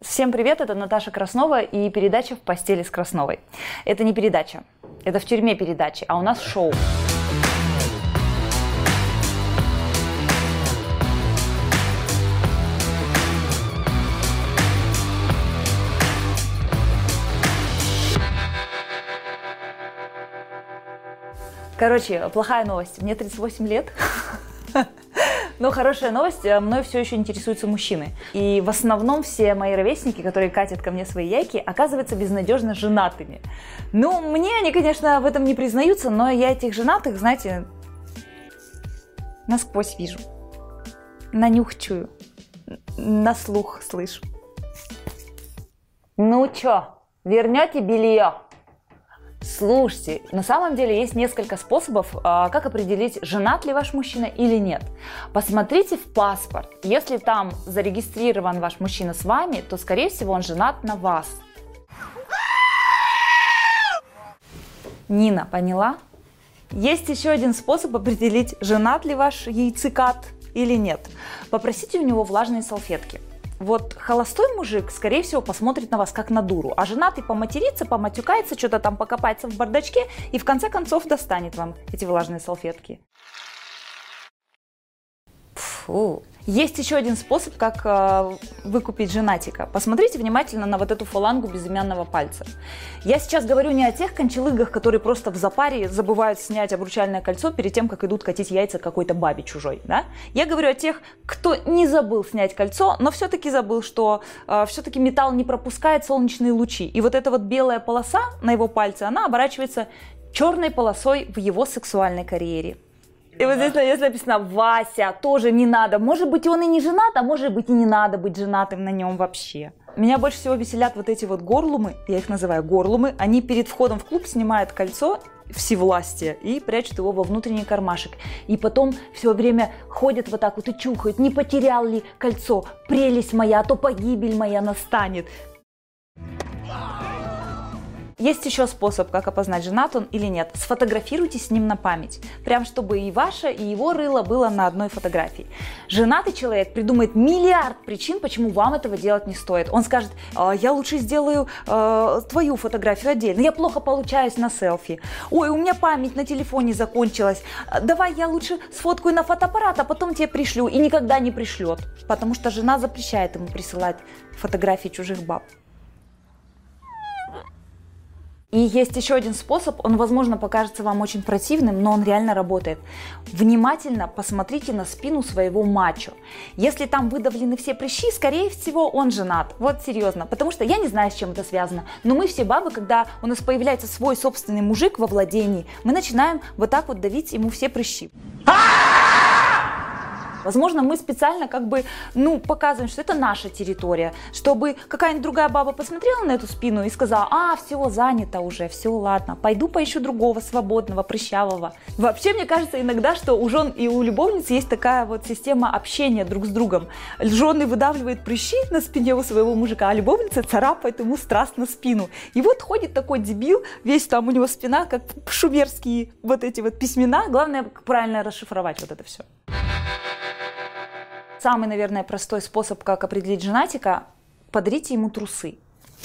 Всем привет, это Наташа Краснова и передача «В постели с Красновой». Это не передача, это в тюрьме передачи, а у нас шоу. Короче, плохая новость. Мне 38 лет. Но хорошая новость, мной все еще интересуются мужчины. И в основном все мои ровесники, которые катят ко мне свои яйки, оказываются безнадежно женатыми. Ну, мне они, конечно, в этом не признаются, но я этих женатых, знаете, насквозь вижу. На нюх чую. На слух слышу. Ну чё, вернете белье? Слушайте, на самом деле есть несколько способов, как определить, женат ли ваш мужчина или нет. Посмотрите в паспорт. Если там зарегистрирован ваш мужчина с вами, то, скорее всего, он женат на вас. Нина, поняла? Есть еще один способ определить, женат ли ваш яйцекат или нет. Попросите у него влажные салфетки. Вот холостой мужик, скорее всего, посмотрит на вас как на дуру, а женатый поматерится, поматюкается, что-то там покопается в бардачке и в конце концов достанет вам эти влажные салфетки. Фу. Есть еще один способ, как выкупить женатика. Посмотрите внимательно на вот эту фалангу безымянного пальца. Я сейчас говорю не о тех кончалыгах, которые просто в запаре забывают снять обручальное кольцо перед тем, как идут катить яйца какой-то бабе чужой. Да? Я говорю о тех, кто не забыл снять кольцо, но все-таки забыл, что все-таки металл не пропускает солнечные лучи. И вот эта вот белая полоса на его пальце, она оборачивается черной полосой в его сексуальной карьере. И вот здесь написано «Вася», тоже не надо. Может быть, он и не женат, а может быть, и не надо быть женатым на нем вообще. Меня больше всего веселят вот эти вот горлумы, я их называю горлумы. Они перед входом в клуб снимают кольцо всевластия и прячут его во внутренний кармашек. И потом все время ходят вот так вот и чухают, не потерял ли кольцо, прелесть моя, а то погибель моя настанет. Есть еще способ, как опознать, женат он или нет. Сфотографируйтесь с ним на память. Прям чтобы и ваше, и его рыло было на одной фотографии. Женатый человек придумает миллиард причин, почему вам этого делать не стоит. Он скажет, я лучше сделаю твою фотографию отдельно. Я плохо получаюсь на селфи. Ой, у меня память на телефоне закончилась. Давай я лучше сфоткаю на фотоаппарат, а потом тебе пришлю. И никогда не пришлет. Потому что жена запрещает ему присылать фотографии чужих баб. И есть еще один способ, он, возможно, покажется вам очень противным, но он реально работает. Внимательно посмотрите на спину своего мачо. Если там выдавлены все прыщи, скорее всего, он женат. Вот серьезно, потому что я не знаю, с чем это связано, но мы все бабы, когда у нас появляется свой собственный мужик во владении, мы начинаем вот так вот давить ему все прыщи. Возможно, мы специально показываем, что это наша территория, чтобы какая-нибудь другая баба посмотрела на эту спину и сказала, все, занято уже, все, ладно, пойду поищу другого свободного, прыщавого. Вообще, мне кажется иногда, что у жен и у любовниц есть такая вот система общения друг с другом. Жены выдавливают прыщи на спине у своего мужика, а любовница царапает ему страстно спину. И вот ходит такой дебил, весь там у него спина, как шумерские вот эти вот письмена. Главное, правильно расшифровать вот это все. Самый, наверное, простой способ, как определить женатика – подарите ему трусы.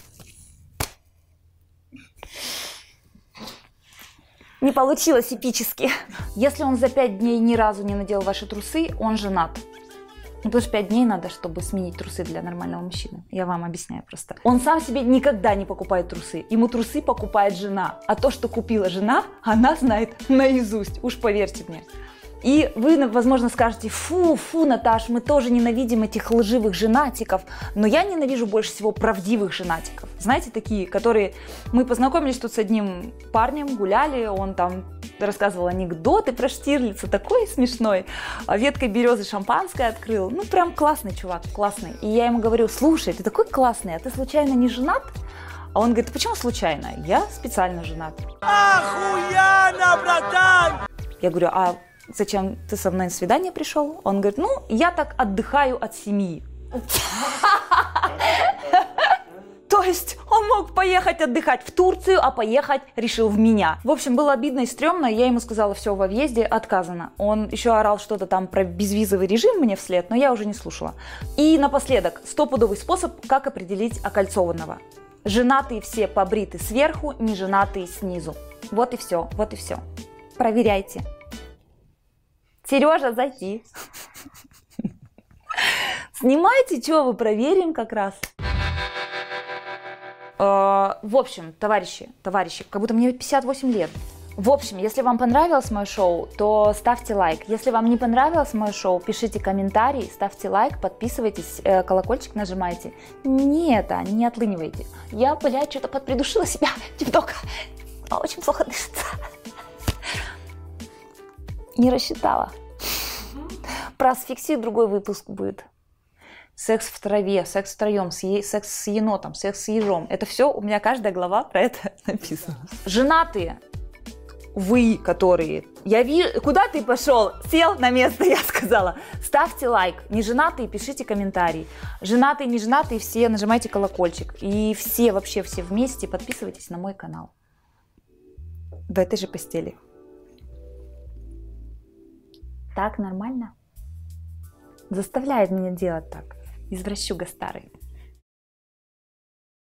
Не получилось эпически. Если он за 5 дней ни разу не надел ваши трусы, он женат. Потому что 5 дней надо, чтобы сменить трусы для нормального мужчины. Я вам объясняю просто. Он сам себе никогда не покупает трусы. Ему трусы покупает жена. А то, что купила жена, она знает наизусть. Уж поверьте мне. И вы, возможно, скажете, фу, Наташ, мы тоже ненавидим этих лживых женатиков, но я ненавижу больше всего правдивых женатиков. Знаете, такие, которые... Мы познакомились тут с одним парнем, гуляли, он там рассказывал анекдоты про Штирлица, такой смешной, веткой березы шампанское открыл. Ну, прям классный чувак, классный. И я ему говорю, слушай, ты такой классный, а ты случайно не женат? А он говорит, почему случайно? Я специально женат. Охуенно, братан! Я говорю, а зачем ты со мной на свидание пришел? Он говорит, я так отдыхаю от семьи. То есть он мог поехать отдыхать в Турцию, а поехать решил в меня. В общем, было обидно и стрёмно, я ему сказала, все, во въезде отказано. Он еще орал что-то там про безвизовый режим мне вслед, но я уже не слушала. И напоследок, стопудовый способ, как определить окольцованного. Женатые все побриты сверху, не женатые снизу. Вот и все, вот и все. Проверяйте. Сережа, зайди. Снимайте, что вы, проверим как раз. В общем, товарищи, как будто мне 58 лет. В общем, если вам понравилось мое шоу, то ставьте лайк. Если вам не понравилось мое шоу, пишите комментарий, ставьте лайк, подписывайтесь, колокольчик нажимайте. Не отлынивайте. Я, блядь, что-то подпридушила себя немного. Очень плохо дышится. Не рассчитала. Про асфиксию другой выпуск будет. Секс в траве, секс втроем, секс с енотом, секс с ежом. Это все, у меня каждая глава про это написана. Женатые, вы, которые... Я вижу... Куда ты пошел? Сел на место, я сказала. Ставьте лайк. Не женатые, пишите комментарий. Женатые, не женатые, все нажимайте колокольчик. И все, вообще все вместе подписывайтесь на мой канал. В этой же постели. Так нормально? Заставляет меня делать так. Извращуга старый.